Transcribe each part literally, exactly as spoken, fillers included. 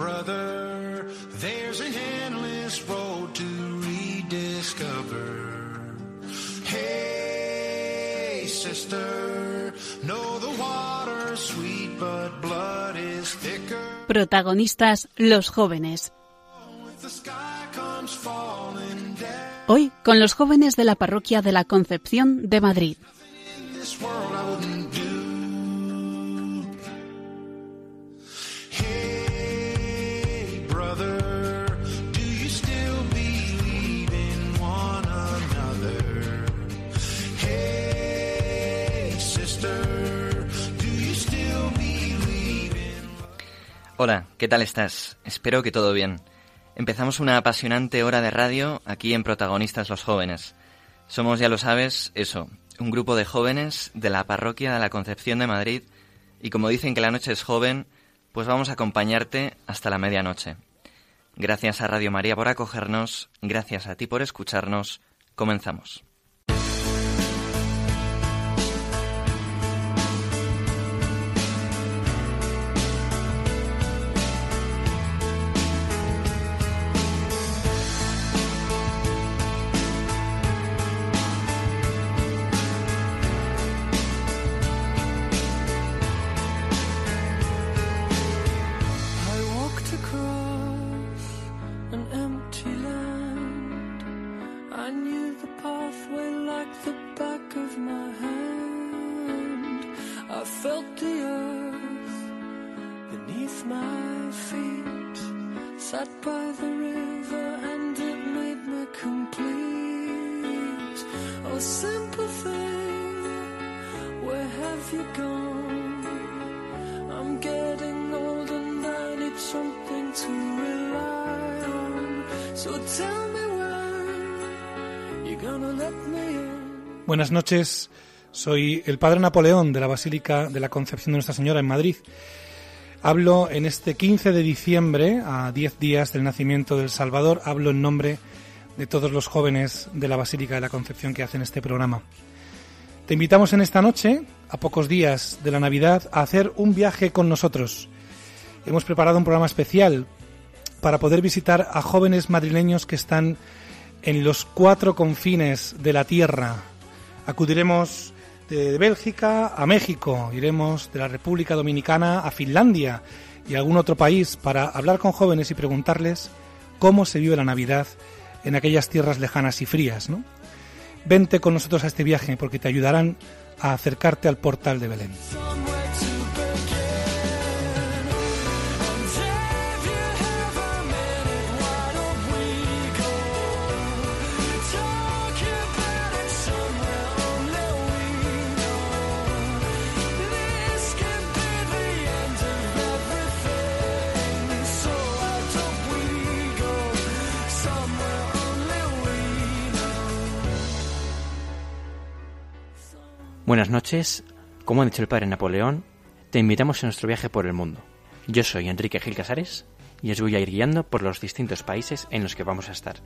brother, there's an endless road to rediscover. Hey, sister, know the water's sweet, but blood is thicker. Protagonistas, los jóvenes. Hoy, con los jóvenes de la Parroquia de la Concepción de Madrid. Hola, ¿qué tal estás? Espero que todo bien. Empezamos una apasionante hora de radio aquí en Protagonistas los Jóvenes. Somos, ya lo sabes, eso, un grupo de jóvenes de la Parroquia de la Concepción de Madrid y como dicen que la noche es joven, pues vamos a acompañarte hasta la medianoche. Gracias a Radio María por acogernos, gracias a ti por escucharnos. Comenzamos. Buenas noches, soy el Padre Napoleón de la Basílica de la Concepción de Nuestra Señora en Madrid. Hablo en este quince de diciembre, a diez días del nacimiento del Salvador, hablo en nombre de todos los jóvenes de la Basílica de la Concepción que hacen este programa. Te invitamos en esta noche, a pocos días de la Navidad, a hacer un viaje con nosotros. Hemos preparado un programa especial para poder visitar a jóvenes madrileños que están en los cuatro confines de la tierra. Acudiremos de Bélgica a México, iremos de la República Dominicana a Finlandia y a algún otro país para hablar con jóvenes y preguntarles cómo se vive la Navidad en aquellas tierras lejanas y frías, ¿no? Vente con nosotros a este viaje porque te ayudarán a acercarte al portal de Belén. Buenas noches, como ha dicho el Padre Napoleón, te invitamos a nuestro viaje por el mundo. Yo soy Enrique Gil Casares y os voy a ir guiando por los distintos países en los que vamos a estar.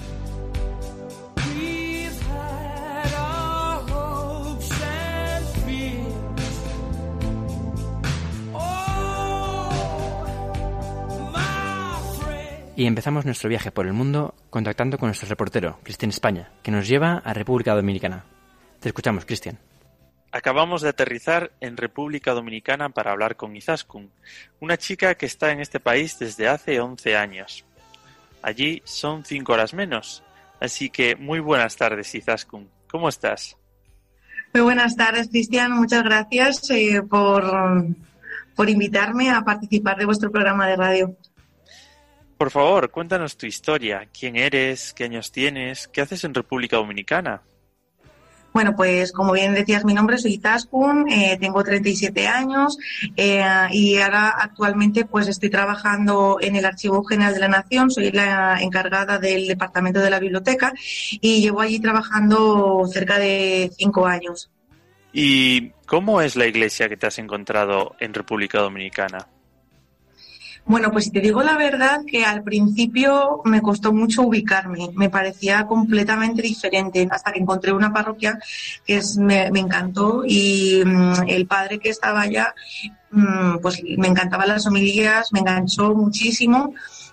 Y empezamos nuestro viaje por el mundo contactando con nuestro reportero, Cristian España, que nos lleva a República Dominicana. Te escuchamos, Cristian. Acabamos de aterrizar en República Dominicana para hablar con Izaskun, una chica que está en este país desde hace once años. Allí son cinco horas menos, así que muy buenas tardes, Izaskun. ¿Cómo estás? Muy buenas tardes, Cristian. Muchas gracias eh, por, por invitarme a participar de vuestro programa de radio. Por favor, cuéntanos tu historia. ¿Quién eres? ¿Qué años tienes? ¿Qué haces en República Dominicana? Bueno, pues como bien decías, mi nombre soy Izaskun, eh, tengo treinta y siete años eh, y ahora actualmente pues estoy trabajando en el Archivo General de la Nación, soy la encargada del departamento de la biblioteca y llevo allí trabajando cerca de cinco años. ¿Y cómo es la iglesia que te has encontrado en República Dominicana? Bueno, pues si te digo la verdad, que al principio me costó mucho ubicarme, me parecía completamente diferente, hasta que encontré una parroquia que es, me, me encantó, y mmm, el padre que estaba allá, mmm, pues me encantaban las homilías, me enganchó muchísimo,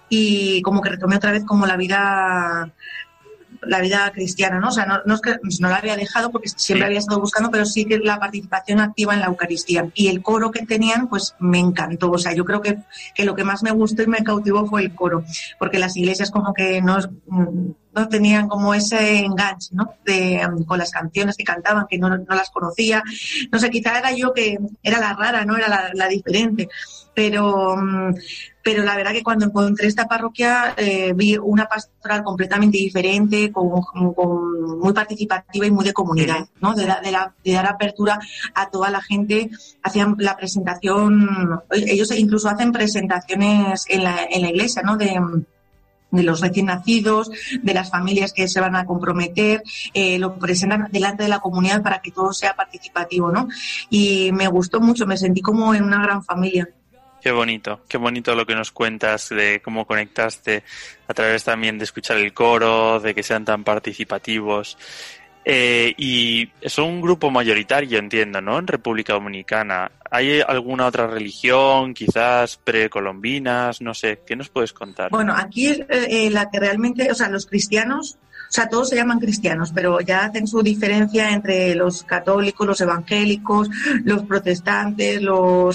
y como que retomé otra vez como la vida... la vida cristiana, ¿no? O sea, no, no es que no la había dejado porque siempre sí. había estado buscando, pero sí que la participación activa en la Eucaristía. Y el coro que tenían, pues me encantó. O sea, yo creo que, que lo que más me gustó y me cautivó fue el coro, porque las iglesias como que no, no tenían como ese enganche, ¿no? De, con las canciones que cantaban, que no, no las conocía. No sé, quizá era yo que era la rara, ¿no? Era la, la diferente. Pero... Pero la verdad que cuando encontré esta parroquia eh, vi una pastoral completamente diferente, con, con, muy participativa y muy de comunidad, ¿no? De, de, la, de dar apertura a toda la gente. Hacían la presentación, ellos incluso hacen presentaciones en la, en la iglesia, ¿no? De, de los recién nacidos, de las familias que se van a comprometer, eh, lo presentan delante de la comunidad para que todo sea participativo, ¿no? Y me gustó mucho, me sentí como en una gran familia. Qué bonito, qué bonito lo que nos cuentas de cómo conectaste a través también de escuchar el coro, de que sean tan participativos. Eh, y son un grupo mayoritario, entiendo, ¿no? En República Dominicana. ¿Hay alguna otra religión, quizás precolombinas? No sé, ¿qué nos puedes contar? Bueno, aquí es eh, la que realmente, o sea, los cristianos... O sea, todos se llaman cristianos, pero ya hacen su diferencia entre los católicos, los evangélicos, los protestantes, los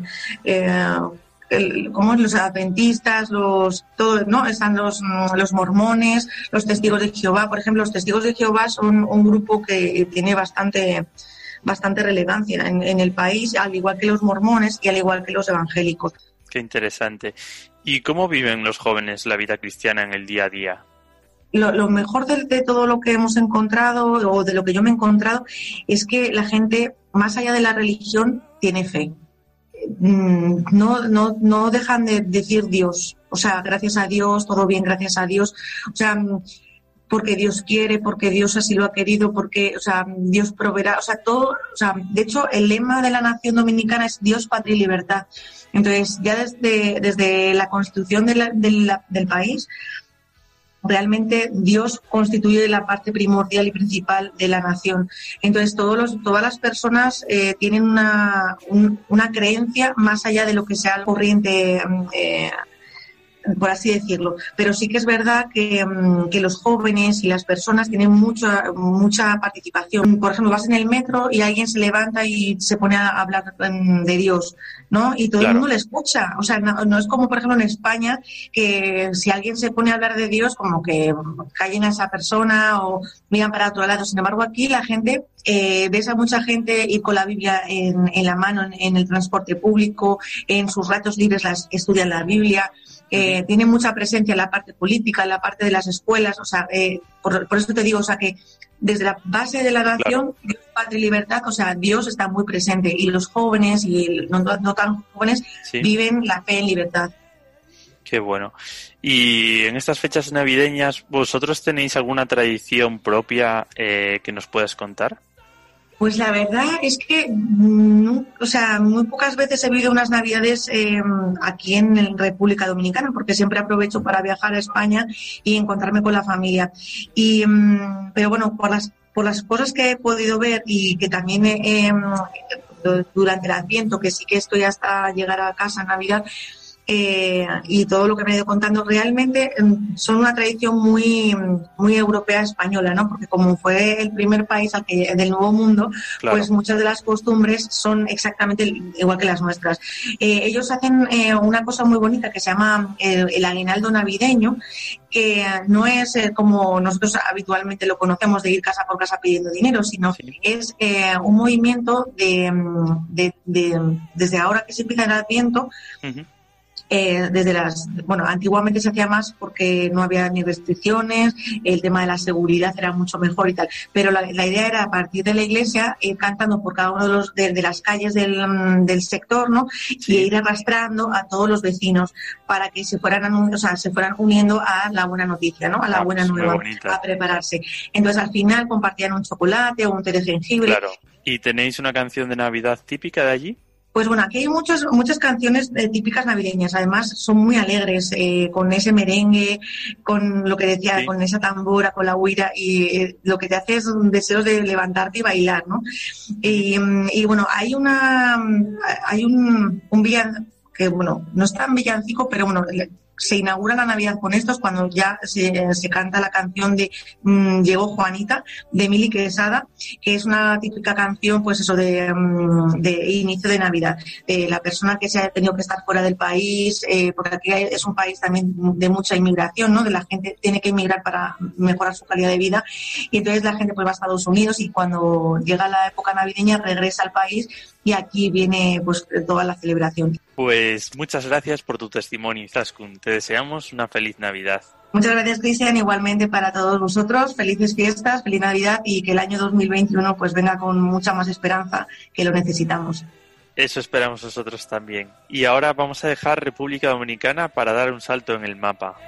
eh, el, ¿cómo? Los adventistas, los todos, ¿no? Están los, los mormones, los testigos de Jehová. Por ejemplo, los testigos de Jehová son un grupo que tiene bastante bastante relevancia en, en el país, al igual que los mormones y al igual que los evangélicos. Qué interesante. ¿Y cómo viven los jóvenes la vida cristiana en el día a día? Lo, lo mejor de, de todo lo que hemos encontrado, o de lo que yo me he encontrado, es que la gente, más allá de la religión, tiene fe. No, no, no dejan de decir Dios. O sea, gracias a Dios, todo bien, gracias a Dios. O sea, porque Dios quiere, porque Dios así lo ha querido, porque, o sea, Dios proveerá. O sea, todo, o sea, de hecho, el lema de la nación dominicana es Dios, patria y libertad. Entonces, ya desde, desde la constitución de la, de la, del país, realmente Dios constituye la parte primordial y principal de la nación. Entonces, todos los, todas las personas eh, tienen una, un, una creencia más allá de lo que sea la corriente, eh, por así decirlo. Pero sí que es verdad que, que los jóvenes y las personas tienen mucha, mucha participación. Por ejemplo, vas en el metro y alguien se levanta y se pone a hablar de Dios, ¿no? Y todo claro. el mundo le escucha. O sea, no, no es como, por ejemplo, en España, que si alguien se pone a hablar de Dios, como que callen a esa persona o miran para otro lado. Sin embargo, aquí la gente, eh, ves a mucha gente ir con la Biblia en, en la mano, en, en el transporte público, en sus ratos libres las, estudian la Biblia. Eh, tiene mucha presencia en la parte política, en la parte de las escuelas, o sea, eh, por, por eso te digo, o sea, que desde la base de la nación, claro. patria y libertad, o sea, Dios está muy presente y los jóvenes y el, no, no tan jóvenes sí. viven la fe en libertad. Qué bueno. Y en estas fechas navideñas, ¿vosotros tenéis alguna tradición propia eh, que nos puedas contar? Pues la verdad es que, no, o sea, muy pocas veces he vivido unas navidades eh, aquí en República Dominicana, porque siempre aprovecho para viajar a España y encontrarme con la familia. Y, um, pero bueno, por las por las cosas que he podido ver y que también eh, durante el Adviento, que sí que estoy hasta llegar a casa en Navidad, Eh, y todo lo que me he ido contando, realmente eh, son una tradición muy muy europea española, ¿no? Porque como fue el primer país al que, del Nuevo Mundo, claro. pues muchas de las costumbres son exactamente igual que las nuestras. Eh, ellos hacen eh, una cosa muy bonita que se llama el, el aguinaldo navideño, que no es eh, como nosotros habitualmente lo conocemos, de ir casa por casa pidiendo dinero, sino sí. es eh, un movimiento de, de, de desde ahora que se empieza el Adviento. Uh-huh. Eh, desde las, bueno, antiguamente se hacía más porque no había ni restricciones, el tema de la seguridad era mucho mejor y tal, pero la, la idea era a partir de la iglesia ir cantando por cada uno de los de, de las calles del, del sector, ¿no? Sí. Y ir arrastrando a todos los vecinos para que se fueran, o sea, se fueran uniendo a la buena noticia, ¿no? A la ah, buena nueva, a prepararse. Entonces al final compartían un chocolate o un té de jengibre. Claro. ¿Y tenéis una canción de Navidad típica de allí? Pues bueno, aquí hay muchos, muchas canciones eh, típicas navideñas, además son muy alegres, eh, con ese merengue, con lo que decía, sí. con esa tambora, con la huira, y eh, lo que te hace es un deseo de levantarte y bailar, ¿no? Y, y bueno, hay una, hay un, un villancico, que bueno, no es tan villancico, pero bueno, se inaugura la Navidad con estos cuando ya se, se canta la canción de mmm, Llegó Juanita, de Emili Quesada, que es una típica canción, pues eso, de, mmm, de inicio de Navidad. Eh, la persona que se ha tenido que estar fuera del país, eh, porque aquí es un país también de mucha inmigración, ¿no? De la gente tiene que emigrar para mejorar su calidad de vida, y entonces la gente pues va a Estados Unidos, y cuando llega la época navideña regresa al país, y aquí viene pues toda la celebración. Pues muchas gracias por tu testimonio, Izaskun. Te deseamos una feliz Navidad. Muchas gracias, Cristian. Igualmente para todos vosotros. Felices fiestas, feliz Navidad, y que el año dos mil veintiuno pues venga con mucha más esperanza, que lo necesitamos. Eso esperamos nosotros también. Y ahora vamos a dejar República Dominicana para dar un salto en el mapa.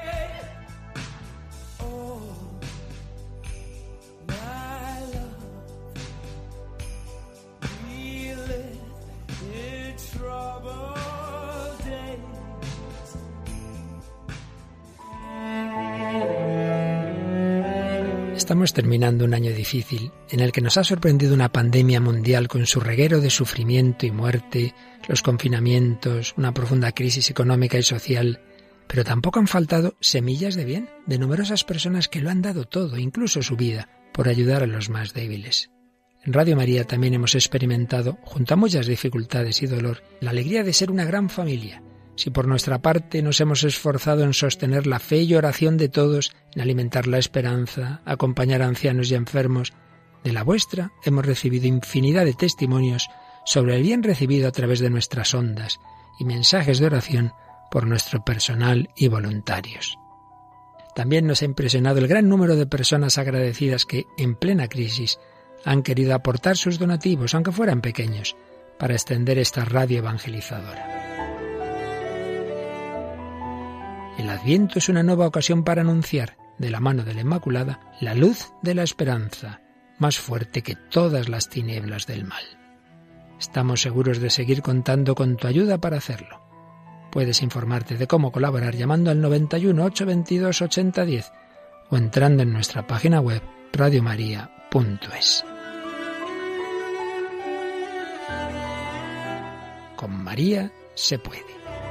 Estamos terminando un año difícil en el que nos ha sorprendido una pandemia mundial con su reguero de sufrimiento y muerte, los confinamientos, una profunda crisis económica y social, pero tampoco han faltado semillas de bien de numerosas personas que lo han dado todo, incluso su vida, por ayudar a los más débiles. En Radio María también hemos experimentado, junto a muchas dificultades y dolor, la alegría de ser una gran familia. Si por nuestra parte nos hemos esforzado en sostener la fe y oración de todos, en alimentar la esperanza, acompañar a ancianos y enfermos, de la vuestra hemos recibido infinidad de testimonios sobre el bien recibido a través de nuestras ondas y mensajes de oración por nuestro personal y voluntarios. También nos ha impresionado el gran número de personas agradecidas que, en plena crisis, han querido aportar sus donativos, aunque fueran pequeños, para extender esta radio evangelizadora. El Adviento es una nueva ocasión para anunciar, de la mano de la Inmaculada, la luz de la esperanza, más fuerte que todas las tinieblas del mal. Estamos seguros de seguir contando con tu ayuda para hacerlo. Puedes informarte de cómo colaborar llamando al noventa y uno, ochocientos veintidós, ochenta diez o entrando en nuestra página web radio maría punto es. Con María se puede.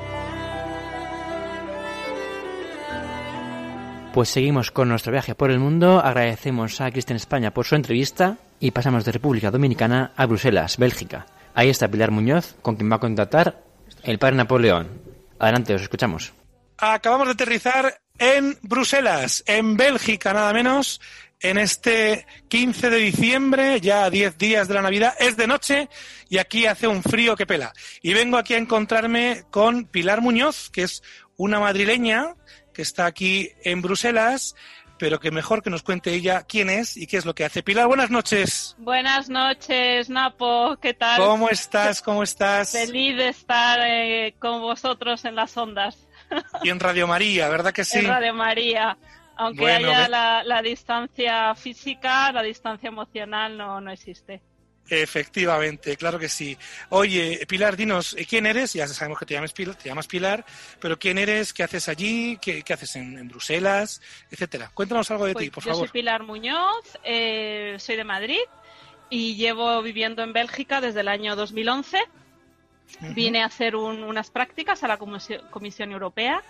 Pues seguimos con nuestro viaje por el mundo. Agradecemos a Cristian España por su entrevista y pasamos de República Dominicana a Bruselas, Bélgica. Ahí está Pilar Muñoz, con quien va a contactar el padre Napoleón. Adelante, os escuchamos. Acabamos de aterrizar en Bruselas, en Bélgica, nada menos, en este quince de diciembre, ya a diez días de la Navidad. Es de noche y aquí hace un frío que pela. Y vengo aquí a encontrarme con Pilar Muñoz, que es una madrileña que está aquí en Bruselas, pero que mejor que nos cuente ella quién es y qué es lo que hace. Pilar, buenas noches. Buenas noches, Napo, ¿qué tal? ¿Cómo estás? ¿Cómo estás? Feliz de estar eh, con vosotros en las ondas. Y en Radio María, ¿verdad que sí? En Radio María. Aunque bueno, haya la, la distancia física, la distancia emocional no, no existe. Efectivamente, claro que sí. Oye, Pilar, dinos, ¿quién eres? Ya sabemos que te llamas Pilar, te llamas Pilar, pero ¿quién eres? ¿Qué haces allí? ¿Qué, qué haces en, en Bruselas? Etcétera. Cuéntanos algo de pues ti, por yo favor. Yo soy Pilar Muñoz, eh, soy de Madrid y llevo viviendo en Bélgica desde el año dos mil once. Uh-huh. Vine a hacer un, unas prácticas a la Comisión, Comisión Europea.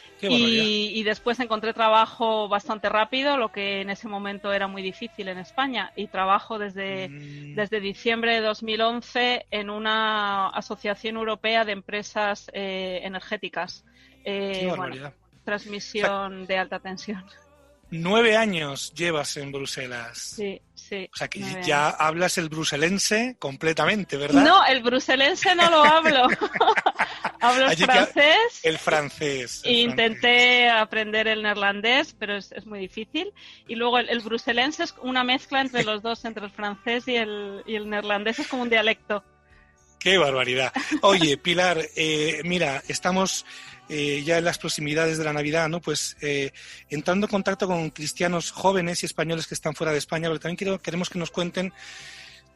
Y, y después encontré trabajo bastante rápido, lo que en ese momento era muy difícil en España, y trabajo desde, mm. desde diciembre de dos mil once en una asociación europea de empresas eh, energéticas. Eh, bueno, transmisión o sea, de alta tensión. Nueve años llevas en Bruselas. Sí, sí. O sea que ya años. Hablas el bruselense completamente, ¿verdad? No, el bruselense no lo hablo. Hablo el francés. El francés. El intenté francés. aprender el neerlandés, pero es, es muy difícil. Y luego el, el bruselense es una mezcla entre los dos, entre el francés y el, y el neerlandés, es como un dialecto. ¡Qué barbaridad! Oye, Pilar, eh, mira, estamos eh, ya en las proximidades de la Navidad, ¿no? Pues eh, entrando en contacto con cristianos jóvenes y españoles que están fuera de España, pero también quiero, queremos que nos cuenten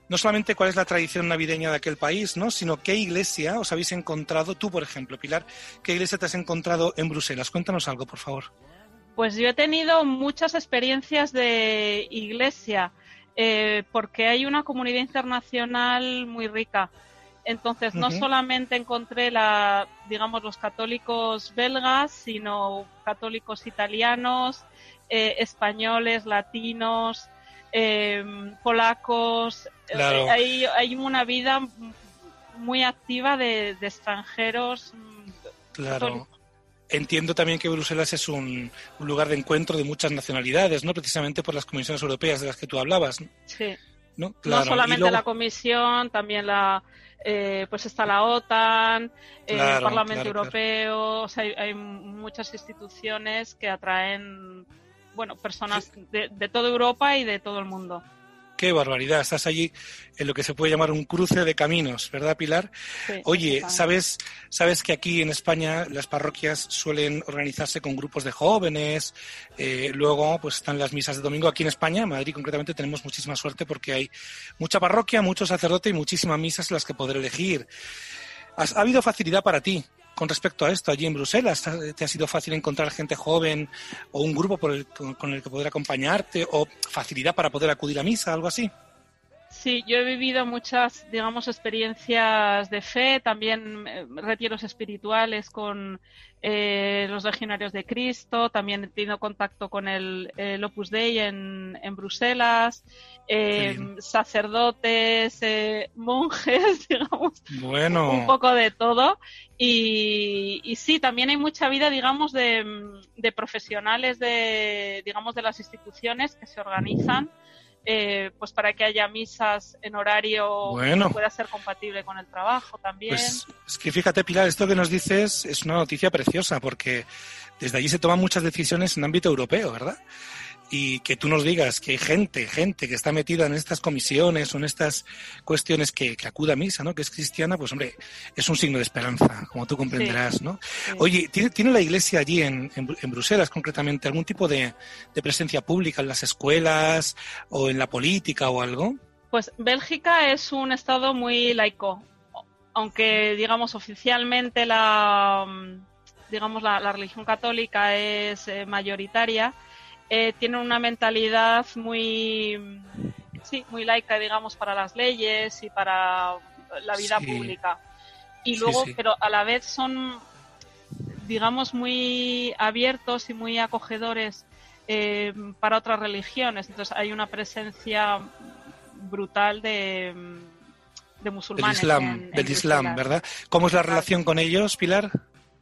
no solamente cuál es la tradición navideña de aquel país, ¿no? Sino qué iglesia os habéis encontrado, tú por ejemplo, Pilar, ¿qué iglesia te has encontrado en Bruselas? Cuéntanos algo, por favor. Pues yo he tenido muchas experiencias de iglesia, eh, porque hay una comunidad internacional muy rica. Entonces, no uh-huh. solamente encontré la, digamos, los católicos belgas, sino católicos italianos, eh, españoles, latinos, eh, polacos. Claro. Eh, hay, hay una vida muy activa de, de extranjeros. Claro. Católicos. Entiendo también que Bruselas es un, un lugar de encuentro de muchas nacionalidades, ¿no? Precisamente por las comisiones europeas de las que tú hablabas, ¿no? Sí. No, claro. No solamente luego... la Comisión, también la eh, pues está la OTAN, eh, claro, el Parlamento claro, Europeo, claro. O sea, hay, hay muchas instituciones que atraen, bueno, personas sí. de, de toda Europa y de todo el mundo. Qué barbaridad, estás allí en lo que se puede llamar un cruce de caminos, ¿verdad, Pilar? Sí, Oye, ¿sabes, sabes que aquí en España las parroquias suelen organizarse con grupos de jóvenes? Eh, luego, pues están las misas de domingo. Aquí en España, en Madrid concretamente, tenemos muchísima suerte porque hay mucha parroquia, mucho sacerdote y muchísimas misas en las que poder elegir. ¿Has, ¿Ha habido facilidad para ti con respecto a esto allí en Bruselas? ¿Te ha sido fácil encontrar gente joven o un grupo por el, con el que poder acompañarte o facilidad para poder acudir a misa, algo así? Sí, yo he vivido muchas, digamos, experiencias de fe, también eh, retiros espirituales con eh, los legionarios de Cristo, también he tenido contacto con el, el Opus Dei en, en Bruselas, eh, sacerdotes, eh, monjes, digamos, bueno. un poco de todo. Y, y sí, también hay mucha vida, digamos, de, de profesionales de, digamos, de las instituciones que se organizan. Eh, pues para que haya misas en horario bueno. que pueda ser compatible con el trabajo también. Pues es que fíjate, Pilar, esto que nos dices es una noticia preciosa porque desde allí se toman muchas decisiones en ámbito europeo, ¿verdad? Y que tú nos digas que hay gente, gente que está metida en estas comisiones o en estas cuestiones que, que acude a misa, ¿no? Que es cristiana, pues hombre, es un signo de esperanza, como tú comprenderás, sí, ¿no? Sí. Oye, ¿tiene, ¿tiene la Iglesia allí en, en, en Bruselas concretamente algún tipo de, de presencia pública en las escuelas o en la política o algo? Pues Bélgica es un estado muy laico, aunque digamos oficialmente la, digamos la, la religión católica es eh, mayoritaria. Eh, tienen una mentalidad muy, sí, muy laica, digamos, para las leyes y para la vida sí. pública. Y luego, sí, sí. pero a la vez son, digamos, muy abiertos y muy acogedores eh, para otras religiones. Entonces hay una presencia brutal de, de musulmanes. Del Islam, en, del en Islam, ¿verdad? ¿Cómo es la relación con ellos, Pilar?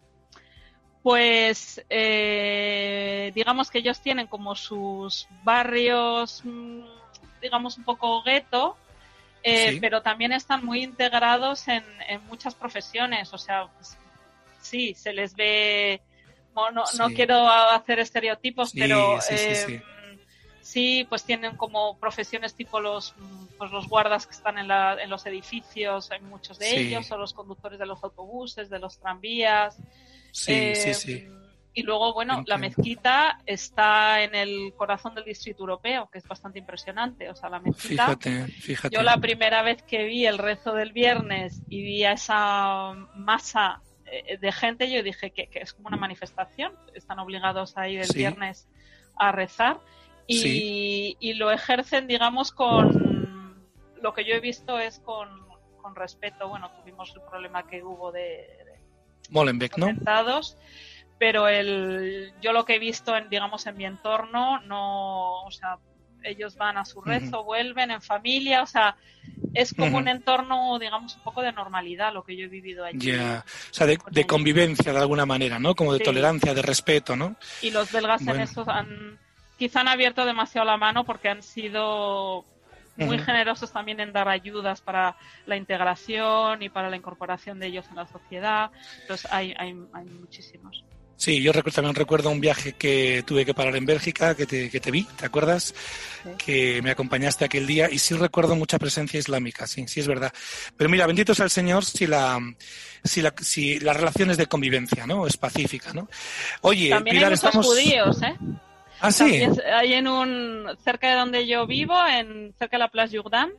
Pues eh, digamos que ellos tienen como sus barrios, digamos un poco gueto, eh, sí. pero también están muy integrados en, en muchas profesiones. O sea, pues, sí, se les ve, no, no, sí. no quiero hacer estereotipos, sí, pero sí, eh, sí, sí. sí, pues tienen como profesiones tipo los, pues los guardas que están en, la, en los edificios, hay muchos de sí. ellos, o los conductores de los autobuses, de los tranvías. Sí, eh, sí, sí. Y luego, bueno, Entiendo. La mezquita está en el corazón del Distrito Europeo, que es bastante impresionante. O sea, la mezquita... Fíjate, fíjate. Yo la primera vez que vi el rezo del viernes y vi a esa masa de gente, yo dije que, que es como una manifestación. Están obligados a ir el sí. viernes a rezar. Y, sí. y lo ejercen, digamos, con... Lo que yo he visto es con, con respeto. Bueno, tuvimos el problema que hubo de... Molenbeek, ¿no? Pero el, yo lo que he visto, en, digamos, en mi entorno, no, o sea, ellos van a su rezo, uh-huh. vuelven en familia, o sea, es como uh-huh. un entorno, digamos, un poco de normalidad lo que yo he vivido allí. Ya, yeah. O sea, de, de convivencia de alguna manera, ¿no? Como de sí. tolerancia, de respeto, ¿no? Y los belgas bueno. en eso han, quizá han abierto demasiado la mano porque han sido muy uh-huh. generosos también en dar ayudas para la integración y para la incorporación de ellos en la sociedad. Entonces hay, hay, hay muchísimos. Sí, yo recuerdo, también recuerdo un viaje que tuve que parar en Bélgica, que te, que te vi, ¿te acuerdas? Sí. Que me acompañaste aquel día y sí recuerdo mucha presencia islámica, sí, sí es verdad. Pero mira, bendito sea el Señor si la, si la, si la relación es de convivencia, ¿no? Es pacífica, ¿no? Oye, también Pilar, hay muchos estamos... judíos, ¿eh? Ah, sí. Hay en un, cerca de donde yo vivo, en cerca de la Place Jourdan,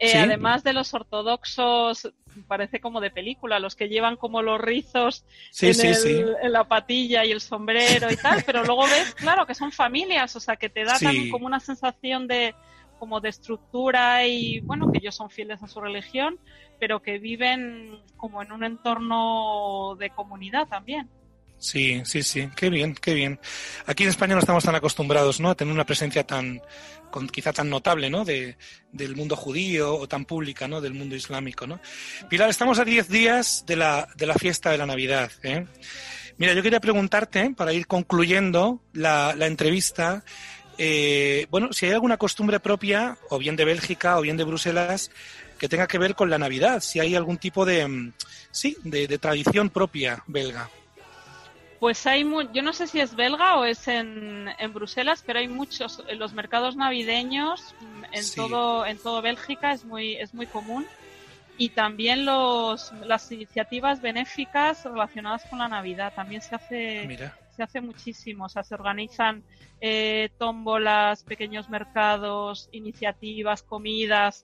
Eh, ¿Sí? Además de los ortodoxos, parece como de película, los que llevan como los rizos Sí, en, sí, el- sí. en la patilla y el sombrero y tal, pero luego ves, claro, que son familias, o sea, que te da Sí. también como una sensación de como de estructura y, bueno, que ellos son fieles a su religión, pero que viven como en un entorno de comunidad también. Sí, sí, sí, qué bien, qué bien. Aquí en España no estamos tan acostumbrados, ¿no?, a tener una presencia tan, con, quizá tan notable, ¿no?, de, del mundo judío o tan pública, ¿no?, del mundo islámico, ¿no? Pilar, estamos a diez días de la, de la fiesta de la Navidad, ¿eh? Mira, yo quería preguntarte, para ir concluyendo la, la entrevista, eh, bueno, si hay alguna costumbre propia, o bien de Bélgica o bien de Bruselas, que tenga que ver con la Navidad, si hay algún tipo de, mm, sí, de, de tradición propia belga. Pues hay, mu- yo no sé si es belga o es en, en Bruselas, pero hay muchos, en los mercados navideños, mm, en Sí. todo, en todo Bélgica es muy, es muy común. Y también los, las iniciativas benéficas relacionadas con la Navidad, también se hace, Mira. se hace muchísimo, o sea, se organizan eh, tómbolas, pequeños mercados, iniciativas, comidas,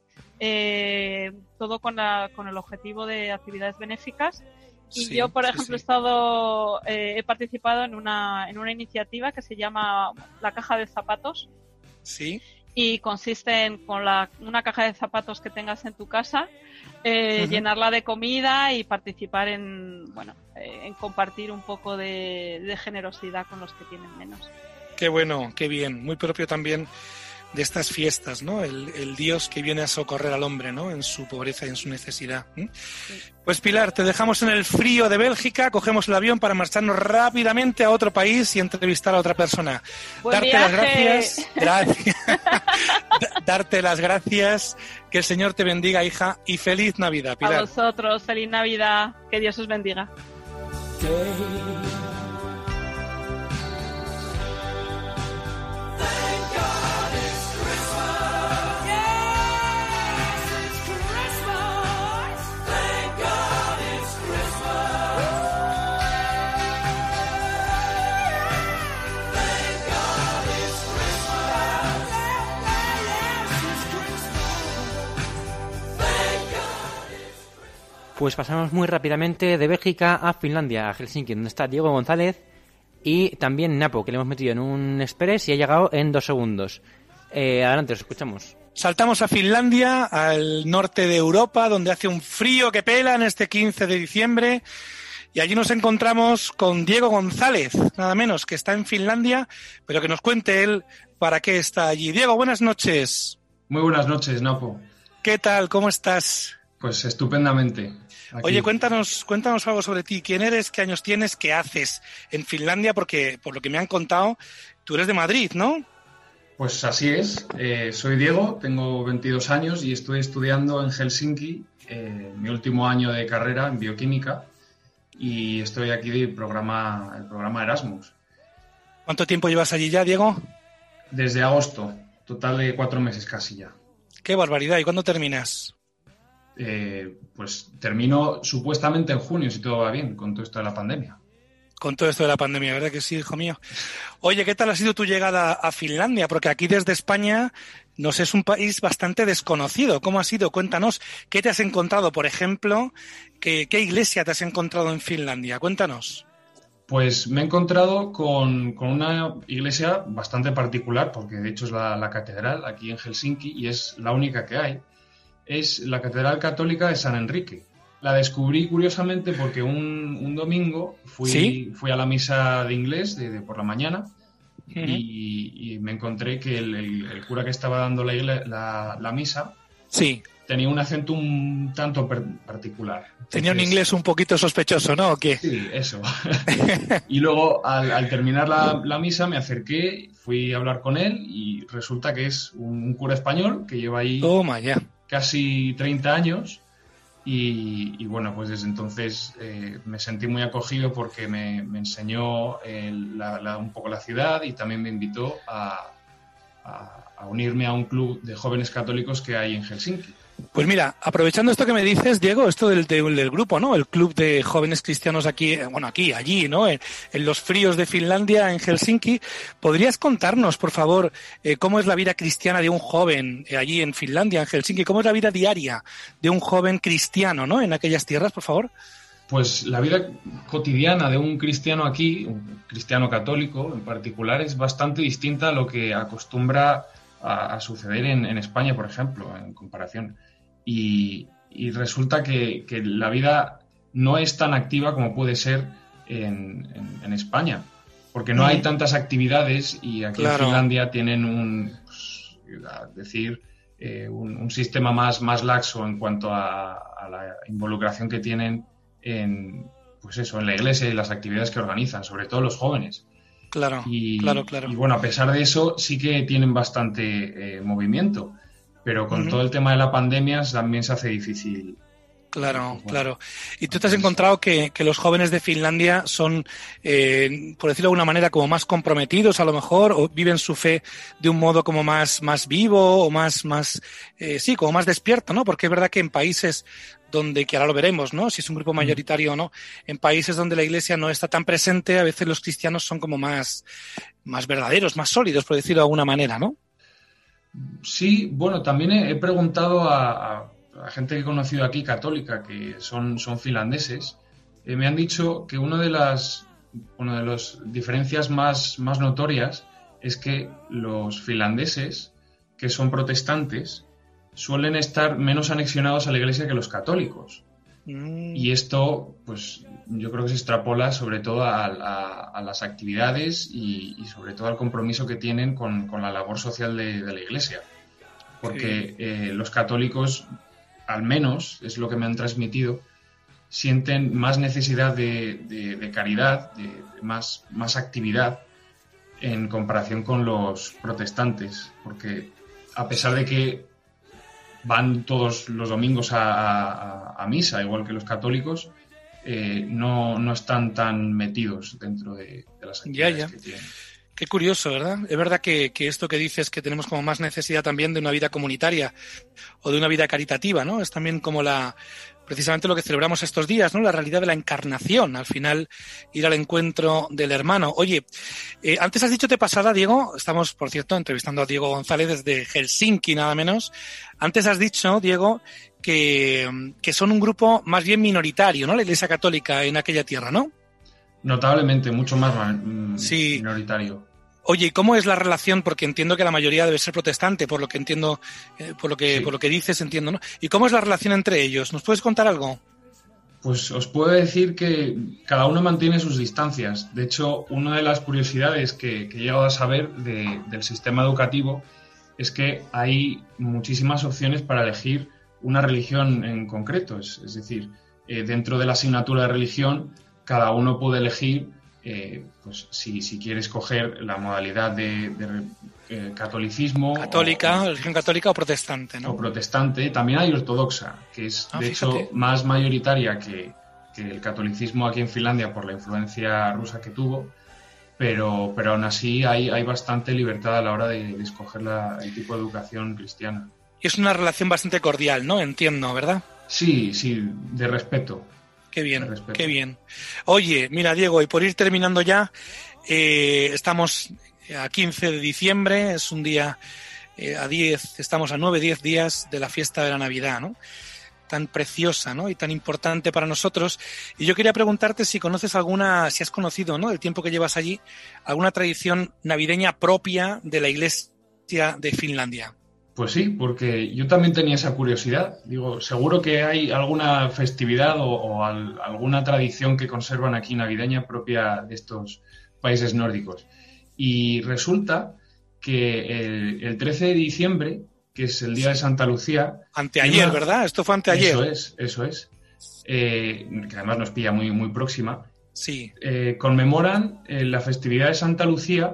eh, todo con, la, con el objetivo de actividades benéficas. Y Sí, yo, por sí, ejemplo, he sí. estado, eh, he participado en una, en una iniciativa que se llama la Caja de Zapatos Sí. y consiste en con la, una caja de zapatos que tengas en tu casa, eh, Ujú. llenarla de comida y participar en, bueno, eh, en compartir un poco de, de generosidad con los que tienen menos. Qué bueno, qué bien. Muy propio también de estas fiestas, ¿no? El, el Dios que viene a socorrer al hombre, ¿no?, en su pobreza y en su necesidad. ¿eh? Pues Pilar, te dejamos en el frío de Bélgica, cogemos el avión para marcharnos rápidamente a otro país y entrevistar a otra persona. Buen Darte viaje. las gracias, gracias. Da- darte las gracias, que el Señor te bendiga, hija, y feliz Navidad, A Pilar. vosotros, feliz Navidad, que Dios os bendiga. Pues pasamos muy rápidamente de Bélgica a Finlandia, a Helsinki, donde está Diego González, y también Napo, que le hemos metido en un express y ha llegado en dos segundos. Eh, adelante, os escuchamos. Saltamos a Finlandia, al norte de Europa, donde hace un frío que pela en este quince de diciembre. Y allí nos encontramos con Diego González, nada menos, que está en Finlandia, pero que nos cuente él para qué está allí. Diego, buenas noches. Muy buenas noches, Napo. ¿Qué tal? ¿Cómo estás? Pues estupendamente. Aquí. Oye, cuéntanos, cuéntanos algo sobre ti. ¿Quién eres? ¿Qué años tienes? ¿Qué haces en Finlandia? Porque, por lo que me han contado, tú eres de Madrid, ¿no? Pues así es. Eh, soy Diego, tengo veintidós años y estoy estudiando en Helsinki eh, mi último año de carrera en bioquímica y estoy aquí del programa, el programa Erasmus. ¿Cuánto tiempo llevas allí ya, Diego? Desde agosto, total de cuatro meses casi ya. ¡Qué barbaridad! ¿Y cuándo terminas? Eh, pues termino supuestamente en junio, si todo va bien, con todo esto de la pandemia. Con todo esto de la pandemia, ¿verdad que sí, hijo mío? Oye, ¿qué tal ha sido tu llegada a Finlandia? Porque aquí desde España nos es un país bastante desconocido. ¿Cómo ha sido? Cuéntanos. ¿Qué te has encontrado, por ejemplo? ¿Qué, qué iglesia te has encontrado en Finlandia? Cuéntanos. Pues me he encontrado con, con una iglesia bastante particular, porque de hecho es la, la catedral aquí en Helsinki y es la única que hay. Es la Catedral Católica de San Enrique. La descubrí curiosamente porque un, un domingo fui, ¿Sí? fui a la misa de inglés de, de por la mañana Uh-huh. y, y me encontré que el, el, el cura que estaba dando la, igle- la, la misa Sí. tenía un acento un tanto per- particular. Tenía un Entonces, inglés un poquito sospechoso, ¿no? ¿O qué? Sí, eso. Y luego, al, al terminar la, la misa, me acerqué, fui a hablar con él y resulta que es un, un cura español que lleva ahí Toma ya. casi treinta años y, y bueno, pues desde entonces eh, me sentí muy acogido porque me, me enseñó el- la- la- un poco la ciudad y también me invitó a, a- a unirme a un club de jóvenes católicos que hay en Helsinki. Pues mira, aprovechando esto que me dices, Diego, esto del, del, del grupo, ¿no? El club de jóvenes cristianos aquí, bueno, aquí, allí, ¿no? En, en los fríos de Finlandia, en Helsinki. ¿Podrías contarnos, por favor, eh, cómo es la vida cristiana de un joven eh, allí en Finlandia, en Helsinki? ¿Cómo es la vida diaria de un joven cristiano, ¿no? En aquellas tierras, por favor. Pues la vida cotidiana de un cristiano aquí, un cristiano católico en particular, es bastante distinta a lo que acostumbra a, a suceder en, en España, por ejemplo, en comparación. Y, y resulta que, que la vida no es tan activa como puede ser en, en, en España, porque no hay tantas actividades y aquí claro. en Finlandia tienen un, pues, a decir, eh, un, un sistema más, más laxo en cuanto a, a la involucración que tienen en, pues eso, en la iglesia y las actividades que organizan, sobre todo los jóvenes. Claro, y, claro, claro. Y bueno, a pesar de eso, sí que tienen bastante eh, movimiento. Pero con uh-huh. todo el tema de la pandemia también se hace difícil. Claro, bueno, claro. ¿Y tú te has encontrado que, que los jóvenes de Finlandia son, eh, por decirlo de alguna manera, como más comprometidos a lo mejor, o viven su fe de un modo como más, más vivo o más, más eh, sí, como más despierto, ¿no? Porque es verdad que en países donde, que ahora lo veremos, ¿no? Si es un grupo mayoritario o no, en países donde la iglesia no está tan presente, a veces los cristianos son como más, más verdaderos, más sólidos, por decirlo de alguna manera, ¿no? Sí, bueno, también he, he preguntado a, a, a gente que he conocido aquí, católica, que son, son finlandeses, eh, me han dicho que una de las, una de las diferencias más, más notorias es que los finlandeses, que son protestantes, suelen estar menos anexionados a la iglesia que los católicos. Mm. Y esto, pues, yo creo que se extrapola sobre todo a, a, a las actividades y, y sobre todo al compromiso que tienen con, con la labor social de, de la iglesia. Porque eh, los católicos, al menos, es lo que me han transmitido, sienten más necesidad de, de, de caridad, de, de más, más actividad en comparación con los protestantes. Porque a pesar de que van todos los domingos a, a, a misa, igual que los católicos, eh, no, no están tan metidos dentro de, de las actividades ya, ya. que tienen. Qué curioso, ¿verdad? Es verdad que, que esto que dices, que tenemos como más necesidad también de una vida comunitaria o de una vida caritativa, ¿no? Es también como la, precisamente lo que celebramos estos días, ¿no? La realidad de la encarnación, al final ir al encuentro del hermano. Oye, eh, antes has dicho de pasada, Diego, estamos, por cierto, entrevistando a Diego González desde Helsinki, nada menos. Antes has dicho, Diego, que, que son un grupo más bien minoritario, ¿no? La Iglesia Católica en aquella tierra, ¿no? Notablemente, mucho más mm, sí. minoritario. Oye, ¿y cómo es la relación? Porque entiendo que la mayoría debe ser protestante, por lo que entiendo, eh, por lo que, sí. por lo que dices, entiendo, ¿no? ¿Y cómo es la relación entre ellos? ¿Nos puedes contar algo? Pues os puedo decir que cada uno mantiene sus distancias. De hecho, una de las curiosidades que, que he llegado a saber de, del sistema educativo es que hay muchísimas opciones para elegir una religión en concreto. Es, es decir, eh, dentro de la asignatura de religión, cada uno puede elegir Eh, pues si, si quiere escoger la modalidad de, de eh, catolicismo. Católica, o, religión católica o protestante, ¿no? O protestante. También hay ortodoxa, que es ah, de fíjate. hecho más mayoritaria que, que el catolicismo aquí en Finlandia por la influencia rusa que tuvo, pero, pero aún así hay, hay bastante libertad a la hora de, de escoger la, el tipo de educación cristiana. Y es una relación bastante cordial, ¿no? Entiendo, ¿verdad? Sí, sí, de respeto. Qué bien, qué bien. Oye, mira, Diego, y por ir terminando ya, eh, estamos a quince de diciembre, es un día eh, a diez, estamos a nueve, diez días de la fiesta de la Navidad, ¿no? Tan preciosa, ¿no? Y tan importante para nosotros. Y yo quería preguntarte si conoces alguna, si has conocido, ¿no? El tiempo que llevas allí, alguna tradición navideña propia de la Iglesia de Finlandia. Pues sí, porque yo también tenía esa curiosidad. Digo, seguro que hay alguna festividad o, o al, alguna tradición que conservan aquí navideña propia de estos países nórdicos. Y resulta que el, el trece de diciembre, que es el día de Santa Lucía... Anteayer, una... ¿verdad? Esto fue anteayer. Eso es, eso es. Eh, que además nos pilla muy, muy próxima. Sí. Eh, conmemoran eh, la festividad de Santa Lucía,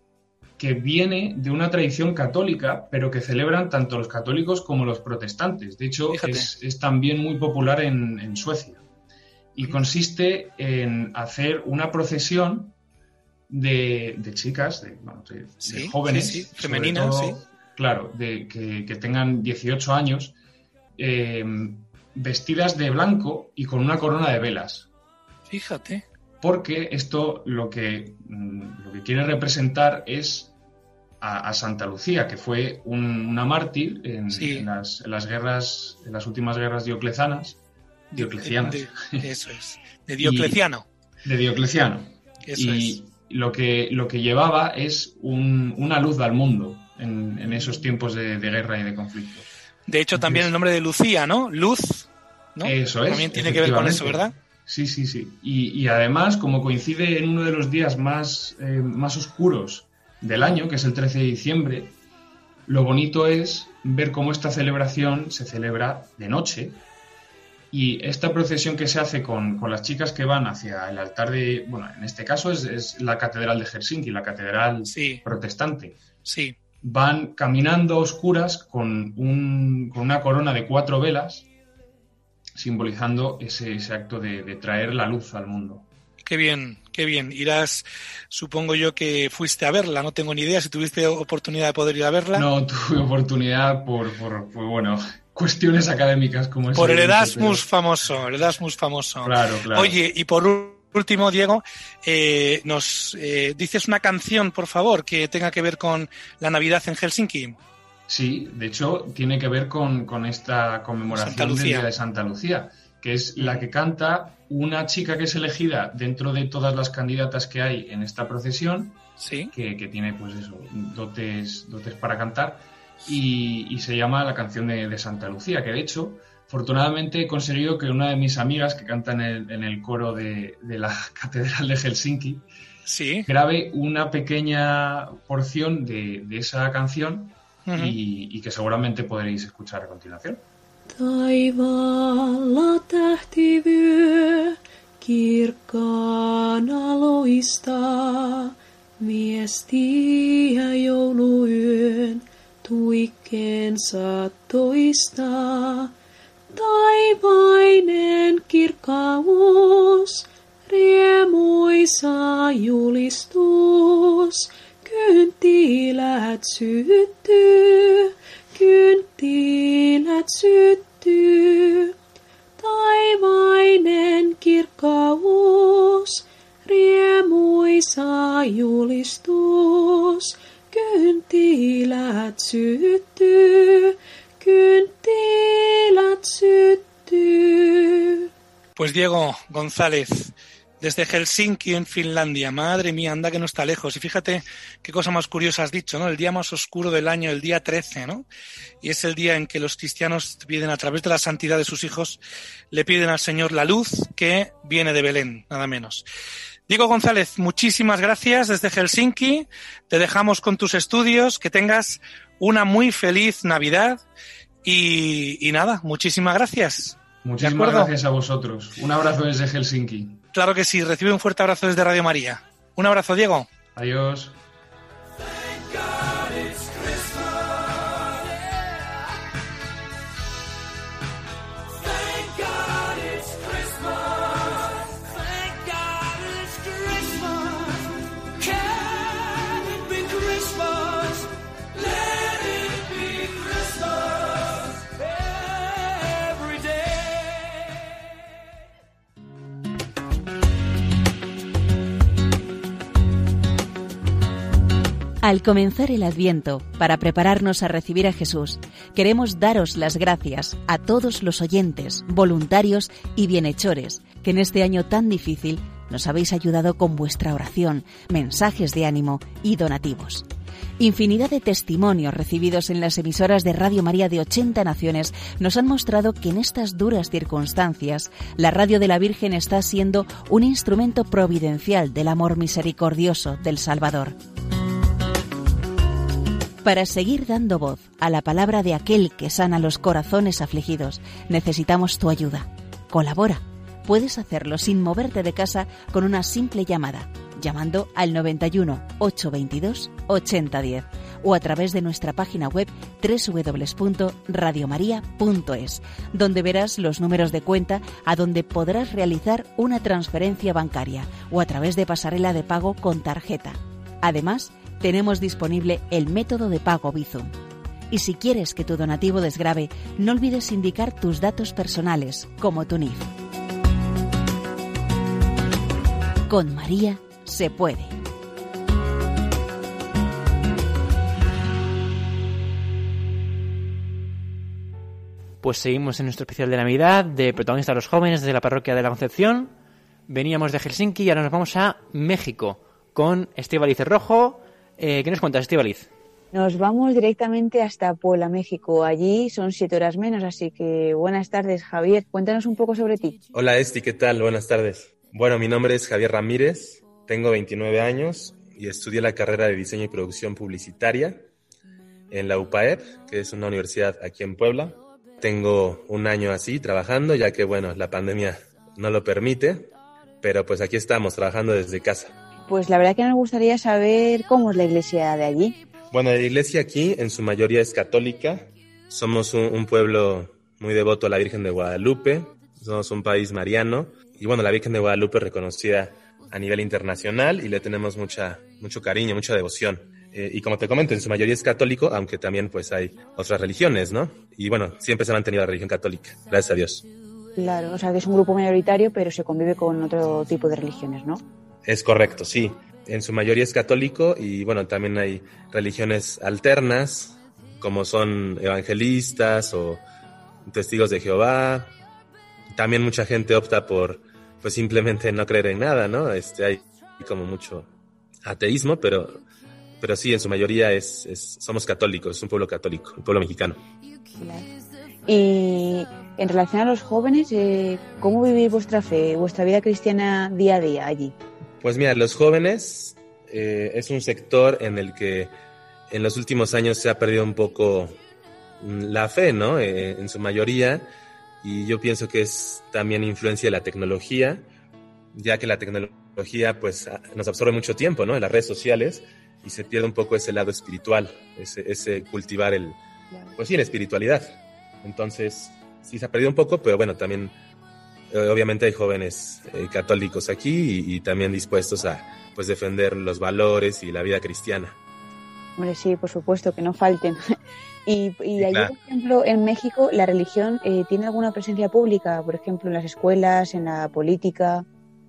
que viene de una tradición católica, pero que celebran tanto los católicos como los protestantes. De hecho, es, es también muy popular en, en Suecia. Y consiste en hacer una procesión de, de chicas, de, bueno, de, sí, de jóvenes, sí, sí. femeninas, todo, sí. Claro, de, que, que tengan dieciocho años, eh, vestidas de blanco y con una corona de velas. Fíjate. Porque esto lo que, lo que quiere representar es a, a Santa Lucía, que fue un, una mártir en, sí. en, las, en las guerras, en las últimas guerras dioclecianas. Dioclecianas. De, de, eso es. De Diocleciano. Y, de Diocleciano. Eso y es. lo que, lo que llevaba es un, una luz al mundo en, en esos tiempos de, de guerra y de conflicto. De hecho, también el nombre de Lucía, ¿no? Luz, ¿no? Eso es. También tiene que ver con eso, ¿verdad? Sí, sí, sí. Y, y además, como coincide en uno de los días más, eh, más oscuros del año, que es el trece de diciembre, lo bonito es ver cómo esta celebración se celebra de noche. Y esta procesión que se hace con, con las chicas que van hacia el altar de... Bueno, en este caso es, es la catedral de Helsinki, la catedral sí. protestante. Sí. Van caminando a oscuras con, un, con una corona de cuatro velas, simbolizando ese, ese acto de, de traer la luz al mundo. Qué bien, qué bien. Irás, supongo yo que fuiste a verla, no tengo ni idea si tuviste oportunidad de poder ir a verla. No tuve oportunidad por, por, por bueno, cuestiones académicas como Por el evidente, Erasmus pero... famoso, el Erasmus famoso. Claro, claro. Oye, y por último, Diego, eh, nos eh, dices una canción, por favor, que tenga que ver con la Navidad en Helsinki. Sí, de hecho, tiene que ver con, con esta conmemoración del Día de Santa Lucía, que es la que canta una chica que es elegida dentro de todas las candidatas que hay en esta procesión, ¿sí? que, que tiene pues eso, dotes, dotes para cantar, y, y se llama la canción de, de Santa Lucía, que de hecho, afortunadamente he conseguido que una de mis amigas que canta en el, en el coro de, de la Catedral de Helsinki, ¿sí? grabe una pequeña porción de, de esa canción, uh-huh. y, y que seguramente podréis escuchar a continuación. Taivaalla tähtivyö kirkkaana loistaa, miestiä jouluyön tuikkeensa toistaa. Taivainen kirkkaus, riemuisa julistus, kynttilät syttyy, kynttilät syttyy. Taivainen kirkkaus, riemuisa julistus, kynttilät syttyy, kynttilät syttyy. Pues Diego González, desde Helsinki, en Finlandia. Madre mía, anda que no está lejos. Y fíjate qué cosa más curiosa has dicho, ¿no? El día más oscuro del año, el día trece, ¿no? Y es el día en que los cristianos piden, a través de la santidad de sus hijos, le piden al Señor la luz que viene de Belén, nada menos. Diego González, muchísimas gracias desde Helsinki. Te dejamos con tus estudios. Que tengas una muy feliz Navidad. Y, y nada, muchísimas gracias. Muchísimas gracias a vosotros. Un abrazo desde Helsinki. Claro que sí, recibe un fuerte abrazo desde Radio María. Un abrazo, Diego. Adiós. Al comenzar el Adviento, para prepararnos a recibir a Jesús, queremos daros las gracias a todos los oyentes, voluntarios y bienhechores que en este año tan difícil nos habéis ayudado con vuestra oración, mensajes de ánimo y donativos. Infinidad de testimonios recibidos en las emisoras de Radio María de ochenta naciones nos han mostrado que en estas duras circunstancias la Radio de la Virgen está siendo un instrumento providencial del amor misericordioso del Salvador. Para seguir dando voz a la palabra de aquel que sana los corazones afligidos, necesitamos tu ayuda. Colabora. Puedes hacerlo sin moverte de casa con una simple llamada, llamando al noventa y uno, ochocientos veintidós, ochenta diez o a través de nuestra página web doble u doble u doble u punto radio maría punto es, donde verás los números de cuenta a donde podrás realizar una transferencia bancaria o a través de pasarela de pago con tarjeta. Además, tenemos disponible el método de pago Bizum. Y si quieres que tu donativo desgrave, no olvides indicar tus datos personales, como tu N I F. Con María se puede. Pues seguimos en nuestro especial de Navidad de protagonistas los jóvenes desde la parroquia de la Concepción. Veníamos de Helsinki y ahora nos vamos a México con Estíbaliz Rojo. Eh, ¿Qué nos cuentas, Estíbaliz? Nos vamos directamente hasta Puebla, México. Allí son siete horas menos, así que buenas tardes, Javier. Cuéntanos un poco sobre ti. Hola, Esti, ¿qué tal? Buenas tardes. Bueno, mi nombre es Javier Ramírez, tengo veintinueve años y estudié la carrera de Diseño y Producción Publicitaria en la U P A E P, que es una universidad aquí en Puebla. Tengo un año así trabajando, ya que, bueno, la pandemia no lo permite, pero pues aquí estamos trabajando desde casa. Pues la verdad que nos gustaría saber cómo es la iglesia de allí. Bueno, la iglesia aquí en su mayoría es católica. Somos un, un pueblo muy devoto a la Virgen de Guadalupe. Somos un país mariano. Y bueno, la Virgen de Guadalupe es reconocida a nivel internacional y le tenemos mucha, mucho cariño, mucha devoción. Eh, y como te comento, en su mayoría es católico, aunque también pues hay otras religiones, ¿no? Y bueno, siempre se ha mantenido la religión católica, gracias a Dios. Claro, o sea que es un grupo mayoritario, pero se convive con otro tipo de religiones, ¿no? Es correcto, sí. En su mayoría es católico y bueno, también hay religiones alternas, como son evangelistas o testigos de Jehová. También mucha gente opta por pues simplemente no creer en nada, ¿no? Este, hay como mucho ateísmo, pero, pero sí, en su mayoría es, es somos católicos, es un pueblo católico, un pueblo mexicano. Claro. Y en relación a los jóvenes, eh, ¿cómo vivís vuestra fe, vuestra vida cristiana día a día allí? Pues mira, los jóvenes eh, es un sector en el que en los últimos años se ha perdido un poco la fe, ¿no? Eh, en su mayoría, y yo pienso que es también influencia de la tecnología, ya que la tecnología pues nos absorbe mucho tiempo, ¿no? En las redes sociales, y se pierde un poco ese lado espiritual, ese, ese cultivar el, pues sí, la espiritualidad. Entonces, sí se ha perdido un poco, pero bueno, también obviamente hay jóvenes eh, católicos aquí y, y también dispuestos a pues defender los valores y la vida cristiana. Hombre, sí, por supuesto, que no falten. y y Sí, allí, claro. por ejemplo, en México, ¿la religión eh, tiene alguna presencia pública? Por ejemplo, en las escuelas, en la política.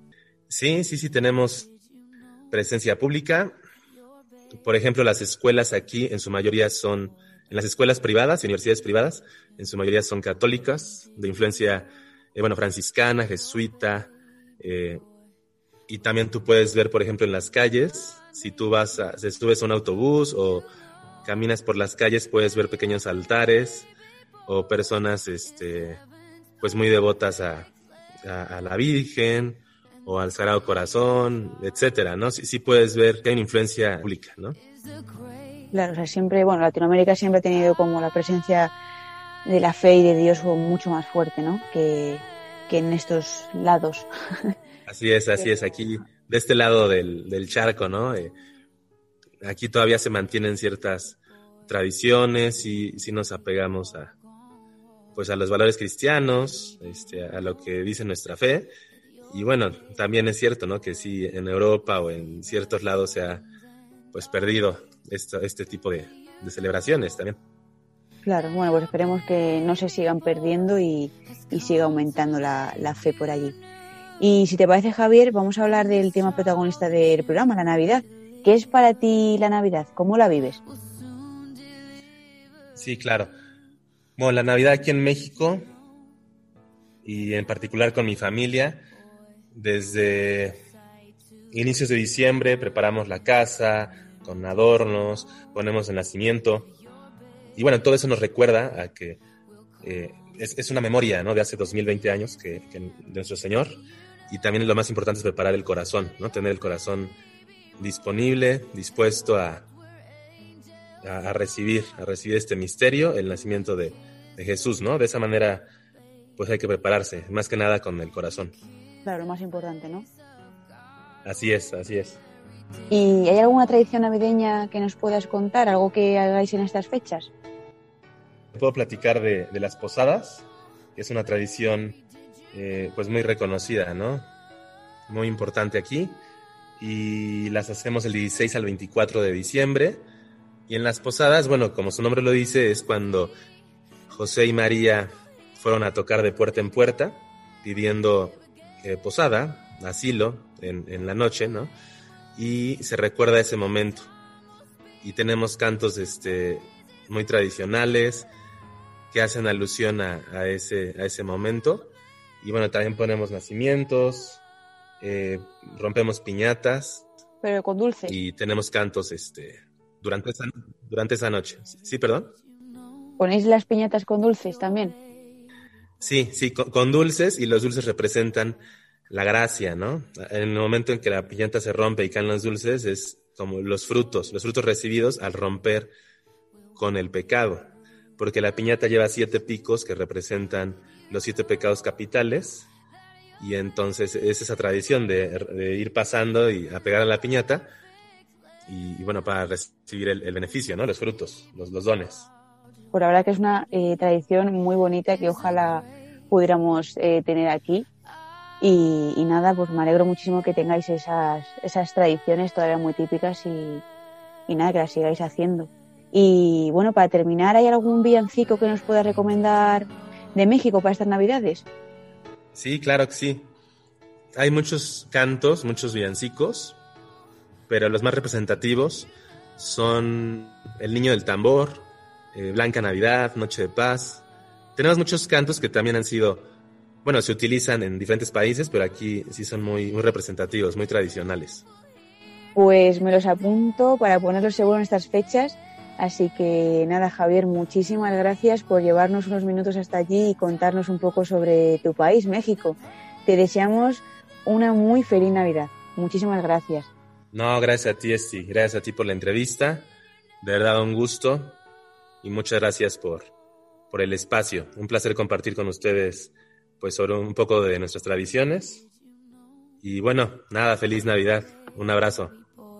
Sí, sí, sí, tenemos presencia pública. Por ejemplo, las escuelas aquí en su mayoría son, en las escuelas privadas y universidades privadas, en su mayoría son católicas, de influencia Eh, bueno, franciscana, jesuita, eh, y también tú puedes ver, por ejemplo, en las calles, si tú vas a, si subes a un autobús o caminas por las calles, puedes ver pequeños altares o personas, este, pues muy devotas a, a, a la Virgen o al Sagrado Corazón, etcétera, ¿no? Sí, sí puedes ver que hay una influencia pública, ¿no? Claro, o sea, siempre, bueno, Latinoamérica siempre ha tenido como la presencia de la fe y de Dios mucho más fuerte, ¿no? Que, que en estos lados. Así es, así es. Aquí, de este lado del, del charco, ¿no? Eh, aquí todavía se mantienen ciertas tradiciones y sí nos apegamos a, pues a los valores cristianos, este, a lo que dice nuestra fe. Y bueno, también es cierto, ¿no? Que sí, en Europa o en ciertos lados se ha, pues, perdido esto, este tipo de, de celebraciones también. Claro, bueno, pues esperemos que no se sigan perdiendo y, y siga aumentando la, la fe por allí. Y si te parece, Javier, vamos a hablar del tema protagonista del programa, la Navidad. ¿Qué es para ti la Navidad? ¿Cómo la vives? Sí, claro. Bueno, la Navidad aquí en México y en particular con mi familia, desde inicios de diciembre preparamos la casa con adornos, ponemos el nacimiento. Y bueno, todo eso nos recuerda a que eh, es, es una memoria, ¿no? De hace dos mil veinte años que, que de nuestro Señor. Y también lo más importante es preparar el corazón, ¿no? Tener el corazón disponible, dispuesto a, a, a recibir, a recibir este misterio, el nacimiento de, de Jesús, ¿no? De esa manera, pues hay que prepararse, más que nada con el corazón. Claro, lo más importante, ¿no? Así es, así es. ¿Y hay alguna tradición navideña que nos puedas contar? ¿Algo que hagáis en estas fechas? Puedo platicar de, de las posadas, que es una tradición eh, pues muy reconocida, ¿no? Muy importante aquí. Y las hacemos el dieciséis al veinticuatro de diciembre. Y en las posadas, bueno, como su nombre lo dice, es cuando José y María fueron a tocar de puerta en puerta, pidiendo eh, posada, asilo, en, en la noche, ¿no? Y se recuerda ese momento. Y tenemos cantos este, muy tradicionales que hacen alusión a, a, ese, a ese momento. Y bueno, también ponemos nacimientos, eh, rompemos piñatas. Pero con dulces. Y tenemos cantos este, durante, esa, durante esa noche. ¿Sí, perdón? ¿Ponéis las piñatas con dulces también? Sí, sí, con, con dulces, y los dulces representan la gracia, ¿no? En el momento en que la piñata se rompe y caen los dulces, es como los frutos, los frutos recibidos al romper con el pecado. Porque la piñata lleva siete picos que representan los siete pecados capitales, y entonces es esa tradición de, de ir pasando y a pegar a la piñata, y, y bueno, para recibir el, el beneficio, ¿no? Los frutos, los, los dones. Por ahora que es una eh, tradición muy bonita que ojalá pudiéramos eh, tener aquí. Y, y nada, pues me alegro muchísimo que tengáis esas, esas tradiciones todavía muy típicas y, y nada, que las sigáis haciendo. Y bueno, para terminar, ¿hay algún villancico que nos puedas recomendar de México para estas Navidades? Sí, claro que sí. Hay muchos cantos, muchos villancicos, pero los más representativos son El Niño del Tambor, eh, Blanca Navidad, Noche de Paz. Tenemos muchos cantos que también han sido, bueno, se utilizan en diferentes países, pero aquí sí son muy, muy representativos, muy tradicionales. Pues me los apunto para ponerlos seguro en estas fechas. Así que nada, Javier, muchísimas gracias por llevarnos unos minutos hasta allí y contarnos un poco sobre tu país, México. Te deseamos una muy feliz Navidad. Muchísimas gracias. No, gracias a ti, Esti. Gracias a ti por la entrevista. De verdad, un gusto. Y muchas gracias por, por el espacio. Un placer compartir con ustedes pues sobre un poco de nuestras tradiciones. Y bueno, nada, feliz Navidad. Un abrazo.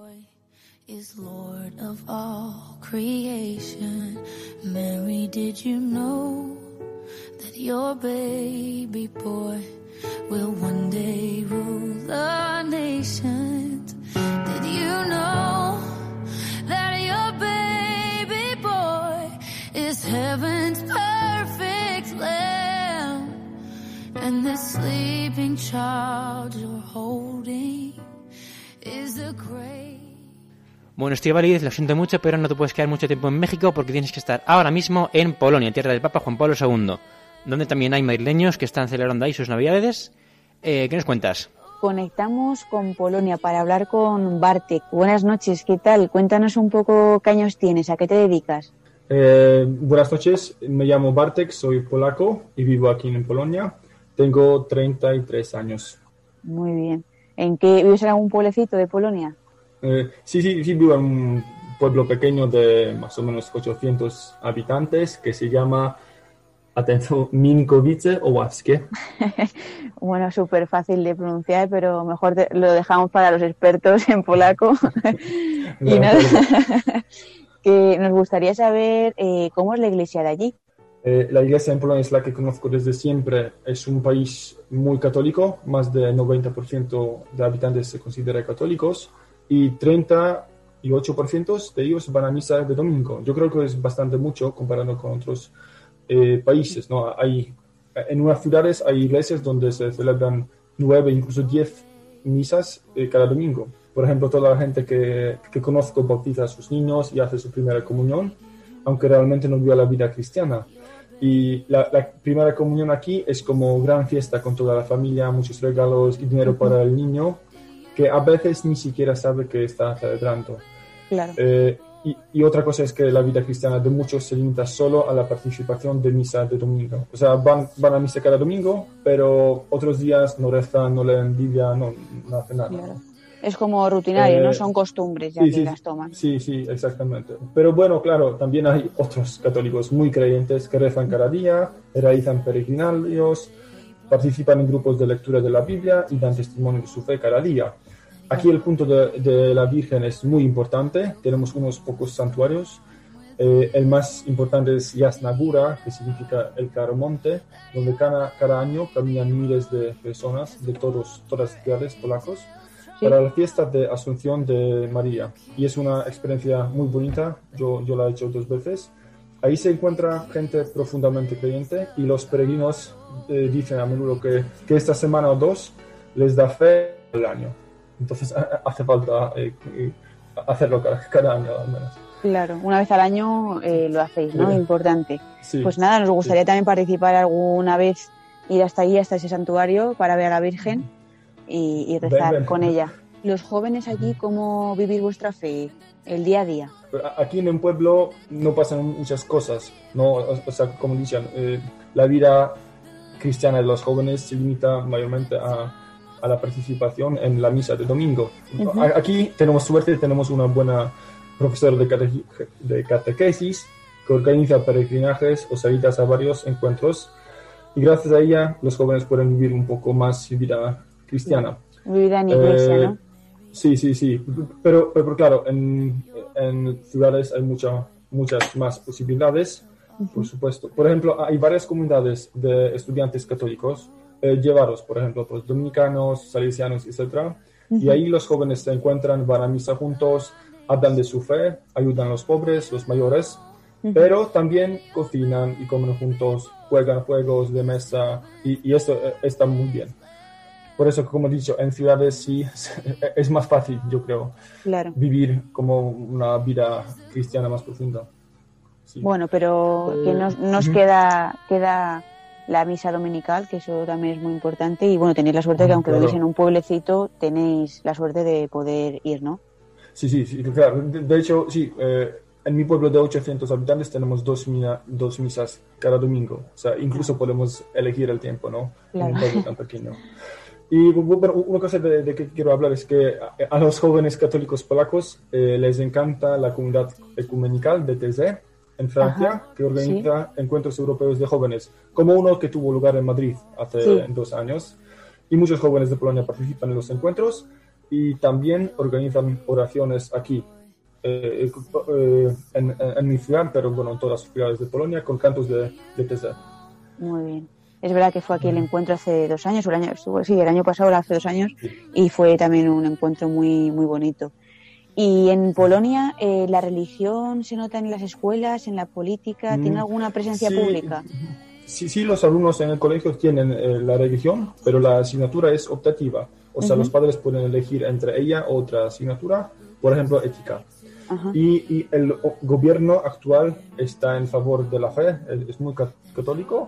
Is Lord of all creation. Mary, did you know that your baby boy will one day rule the nations? Did you know that your baby boy is heaven's perfect lamb? And the sleeping child you're holding is a great... Bueno, Estíbaliz, lo siento mucho, pero no te puedes quedar mucho tiempo en México porque tienes que estar ahora mismo en Polonia, tierra del Papa Juan Pablo segundo, donde también hay madrileños que están celebrando ahí sus Navidades. Eh, ¿Qué nos cuentas? Conectamos con Polonia para hablar con Bartek. Buenas noches, ¿qué tal? Cuéntanos un poco qué años tienes, a qué te dedicas. Eh, buenas noches, me llamo Bartek, soy polaco y vivo aquí en Polonia. Tengo treinta y tres años. Muy bien. ¿En qué vives en algún pueblecito de Polonia? Eh, sí, sí, sí, vivo en un pueblo pequeño de más o menos ochocientos habitantes que se llama, atento, Minkowice Oławskie. Bueno, súper fácil de pronunciar, pero mejor te, lo dejamos para los expertos en polaco. Y No, nada, que nos gustaría saber eh, cómo es la iglesia de allí. Eh, la iglesia en Polonia es la que conozco desde siempre. Es un país muy católico, más del noventa por ciento de habitantes se consideran católicos. Y treinta y ocho por ciento de ellos van a misa de domingo. Yo creo que es bastante mucho comparado con otros eh, países, ¿no? Hay, en unas ciudades hay iglesias donde se celebran nueve, incluso diez misas eh, cada domingo. Por ejemplo, toda la gente que, que conozco bautiza a sus niños y hace su primera comunión, aunque realmente no vive la vida cristiana. Y la, la primera comunión aquí es como gran fiesta con toda la familia, muchos regalos y dinero para el niño, que a veces ni siquiera sabe que está celebrando. Claro. Eh, y, y otra cosa es que la vida cristiana de muchos se limita solo a la participación de misa de domingo. O sea, van, van a misa cada domingo, pero otros días no rezan, no leen Biblia, no, no hacen nada. Claro. Es como rutinario, Eh, no son costumbres ya sí, que sí, las toman. Sí, sí, exactamente. Pero bueno, claro, también hay otros católicos muy creyentes que rezan cada día, realizan peregrinarios, participan en grupos de lectura de la Biblia y dan testimonio de su fe cada día. Aquí el punto de, de la Virgen es muy importante. Tenemos unos pocos santuarios. Eh, el más importante es Jasna Góra, que significa el Caro Monte, donde cada, cada año caminan miles de personas de todos, todas las ciudades polacos. ¿sí? Para la fiesta de Asunción de María. Y es una experiencia muy bonita, yo, yo la he hecho dos veces. Ahí se encuentra gente profundamente creyente y los peregrinos eh, dicen a menudo que, que esta semana o dos les da fe el año. Entonces hace falta eh, hacerlo cada, cada año al menos. Claro, una vez al año eh, lo hacéis, ¿no? Sí. Importante. Sí. Pues nada, nos gustaría sí. también participar alguna vez, ir hasta allí, hasta ese santuario, para ver a la Virgen y, y rezar ven, ven. con ella. Los jóvenes allí, ¿cómo vivir vuestra fe el día a día? Aquí en el pueblo no pasan muchas cosas, ¿no? O sea, como dicen, eh, la vida cristiana de los jóvenes se limita mayormente a, a la participación en la misa de domingo. Uh-huh. Aquí tenemos suerte, tenemos una buena profesora de, cate- de catequesis que organiza peregrinajes o salidas a varios encuentros y gracias a ella los jóvenes pueden vivir un poco más vida cristiana. Vida en iglesia, eh, ¿no? Sí, sí, sí, pero, pero claro, en, en ciudades hay mucha, muchas más posibilidades, uh-huh. por supuesto. Por ejemplo, hay varias comunidades de estudiantes católicos, eh, llevados, por ejemplo, pues, dominicanos, salesianos, etcétera. Uh-huh. Y ahí los jóvenes se encuentran, van a misa juntos, hablan de su fe, ayudan a los pobres, los mayores, uh-huh. pero también cocinan y comen juntos, juegan juegos de mesa y, y esto eh, está muy bien. Por eso, como he dicho, en ciudades sí es más fácil, yo creo, claro. vivir como una vida cristiana más profunda. Sí. Bueno, pero que nos, nos uh-huh. queda, queda la misa dominical, que eso también es muy importante. Y bueno, tenéis la suerte de que aunque claro. vivís en un pueblecito, tenéis la suerte de poder ir, ¿no? Sí, sí, sí, claro. De, de hecho, sí, eh, en mi pueblo de ochocientos habitantes tenemos dos, mina, dos misas cada domingo. O sea, incluso podemos elegir el tiempo, ¿no? Claro. En un pueblo tan pequeño. Y bueno, una cosa de, de que quiero hablar es que a, a los jóvenes católicos polacos eh, les encanta la comunidad ecumenical de T Z en Francia, Ajá, que organiza sí. encuentros europeos de jóvenes, como uno que tuvo lugar en Madrid hace sí. dos años. Y muchos jóvenes de Polonia participan en los encuentros y también organizan oraciones aquí, eh, eh, en, en mi ciudad, pero bueno, en todas las ciudades de Polonia, con cantos de, de T Z. Muy bien. Es verdad que fue aquí el encuentro hace dos años, o el año, sí, el año pasado, hace dos años, y fue también un encuentro muy, muy bonito. Y en Polonia, eh, ¿la religión se nota en las escuelas, en la política? ¿Tiene alguna presencia sí, pública? Sí, sí, los alumnos en el colegio tienen eh, la religión, pero la asignatura es optativa. O sea, uh-huh. los padres pueden elegir entre ella o otra asignatura, por ejemplo, ética. Uh-huh. Y, y el gobierno actual está en favor de la fe, es muy católico.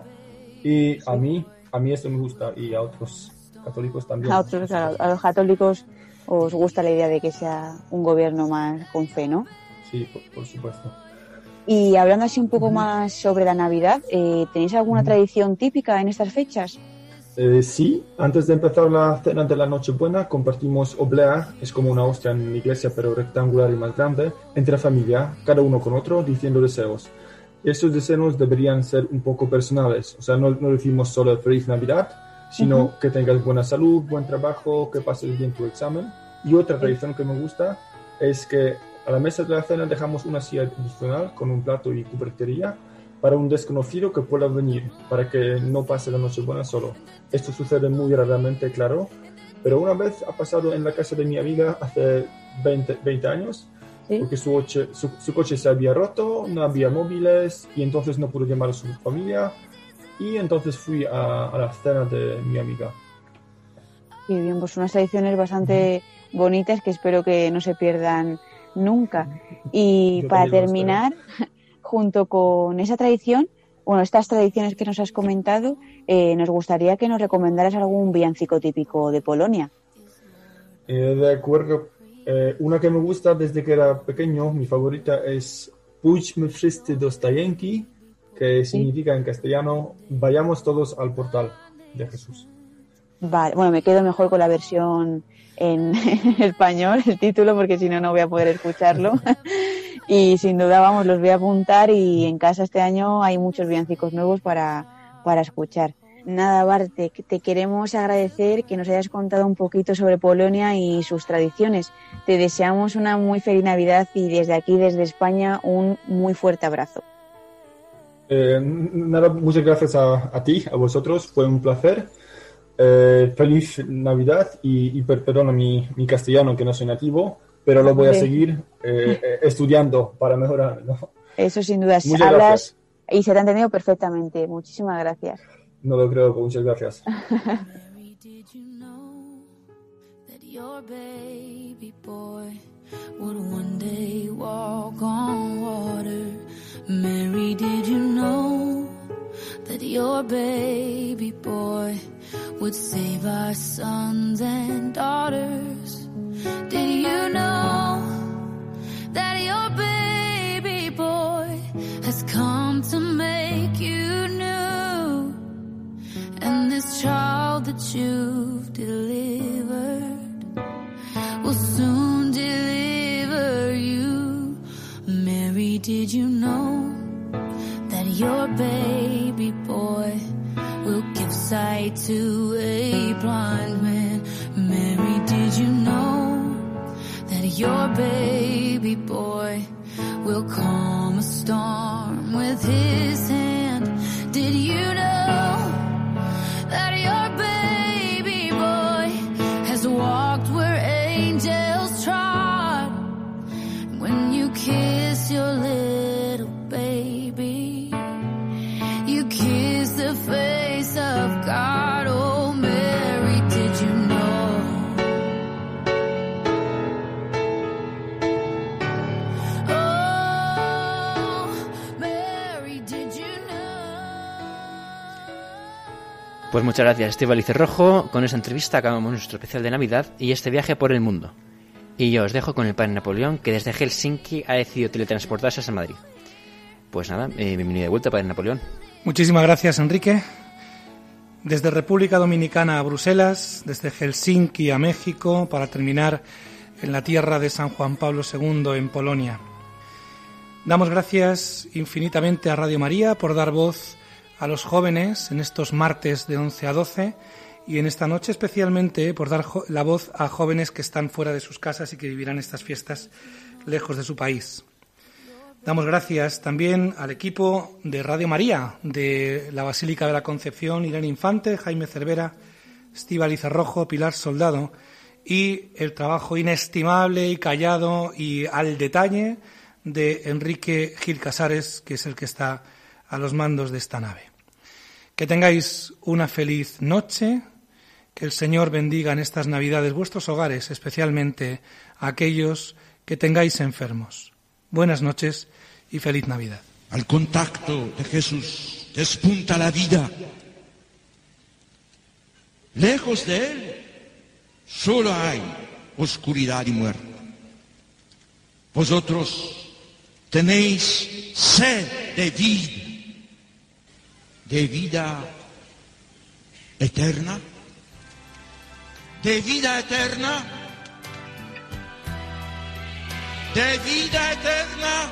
Y a mí, a mí esto me gusta y a otros católicos también. A otros, claro, a los católicos os gusta la idea de que sea un gobierno más con fe, ¿no? Sí, por, por supuesto. Y hablando así un poco uh-huh. más sobre la Navidad, eh, ¿tenéis alguna uh-huh. tradición típica en estas fechas? Eh, sí, antes de empezar la cena de la Nochebuena compartimos oblea, es como una hostia en la iglesia pero rectangular y más grande, entre familia, cada uno con otro, diciendo deseos. Estos deseos deberían ser un poco personales, o sea, no, no decimos solo Feliz Navidad, sino uh-huh. que tengas buena salud, buen trabajo, que pases bien tu examen. Y otra tradición que me gusta es que a la mesa de la cena dejamos una silla adicional con un plato y cubertería para un desconocido que pueda venir, para que no pase la Nochebuena solo. Esto sucede muy raramente, claro, pero una vez ha pasado en la casa de mi amiga hace veinte, veinte años, ¿sí? Porque su coche, su, su coche se había roto, no había móviles y entonces no pudo llamar a su familia y entonces fui a, a la cena de mi amiga. Y bien, pues unas tradiciones bastante uh-huh. bonitas que espero que no se pierdan nunca. Y Yo para terminar, junto con esa tradición, bueno, estas tradiciones que nos has comentado, eh, nos gustaría que nos recomendaras algún villancico típico de Polonia. Eh, de acuerdo. Eh, una que me gusta desde que era pequeño, mi favorita es Pójdźmy wszyscy do stajenki, que significa en castellano vayamos todos al portal de Jesús. Vale, bueno, me quedo mejor con la versión en español, el título, porque si no, no voy a poder escucharlo. Y sin duda, vamos, los voy a apuntar y en casa este año hay muchos villancicos nuevos para, para escuchar. Nada, Bart, te, te queremos agradecer que nos hayas contado un poquito sobre Polonia y sus tradiciones. Te deseamos una muy feliz Navidad y desde aquí, desde España, un muy fuerte abrazo. Eh, nada, muchas gracias a, a ti, a vosotros, fue un placer. Eh, feliz Navidad y, y per- perdona mi, mi castellano que no soy nativo, pero lo voy a seguir eh, eh, estudiando para mejorar, ¿no? Eso sin duda. Muchas Hablas gracias. y se te ha entendido perfectamente. Muchísimas gracias. No lo creo, muchas gracias. Your baby boy would one day walk on water. Mary, did you know that your baby boy would save our sons and daughters? Did you know that your baby boy has come to make you new? And this child that you've delivered will soon deliver you. Mary, did you know that your baby boy will give sight to a blind man? Mary, did you know that your baby boy will calm a storm with his hand? Did you know that your baby boy has walked where angels trod? When you kiss your little baby, you kiss the face of God. Oh, Mary, did you know? Oh, Mary, did you Pues muchas gracias, Estíbaliz Cerrojo. Con esa entrevista acabamos nuestro especial de Navidad y este viaje por el mundo. Y yo os dejo con el padre Napoleón, que desde Helsinki ha decidido teletransportarse hasta Madrid. Pues nada, eh, bienvenido de vuelta, padre Napoleón. Muchísimas gracias, Enrique. Desde República Dominicana a Bruselas, desde Helsinki a México, para terminar en la tierra de San Juan Pablo segundo, en Polonia. Damos gracias infinitamente a Radio María por dar voz a los jóvenes en estos martes de once a doce y en esta noche especialmente por dar jo- la voz a jóvenes que están fuera de sus casas y que vivirán estas fiestas lejos de su país. Damos gracias también al equipo de Radio María, de la Basílica de la Concepción, Irene Infante, Jaime Cervera, Estíbaliz Cerrojo, Pilar Soldado, y el trabajo inestimable y callado y al detalle de Enrique Gil Casares, que es el que está a los mandos de esta nave. Que tengáis una feliz noche, que el Señor bendiga en estas Navidades vuestros hogares, especialmente a aquellos que tengáis enfermos. Buenas noches y feliz Navidad. Al contacto de Jesús despunta la vida. Lejos de Él solo hay oscuridad y muerte. Vosotros tenéis sed de vida, de vida eterna, de vida eterna, de vida eterna.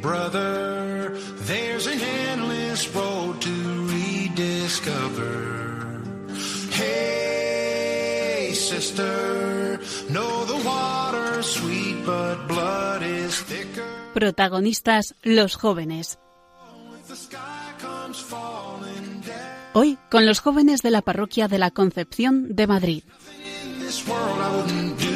brother, there's an endless road to rediscover. Hey, sister, know the water's sweet, but blood is thicker. Protagonistas los jóvenes. Hoy con los jóvenes de la Parroquia de la Concepción de Madrid. In this world I wouldn't do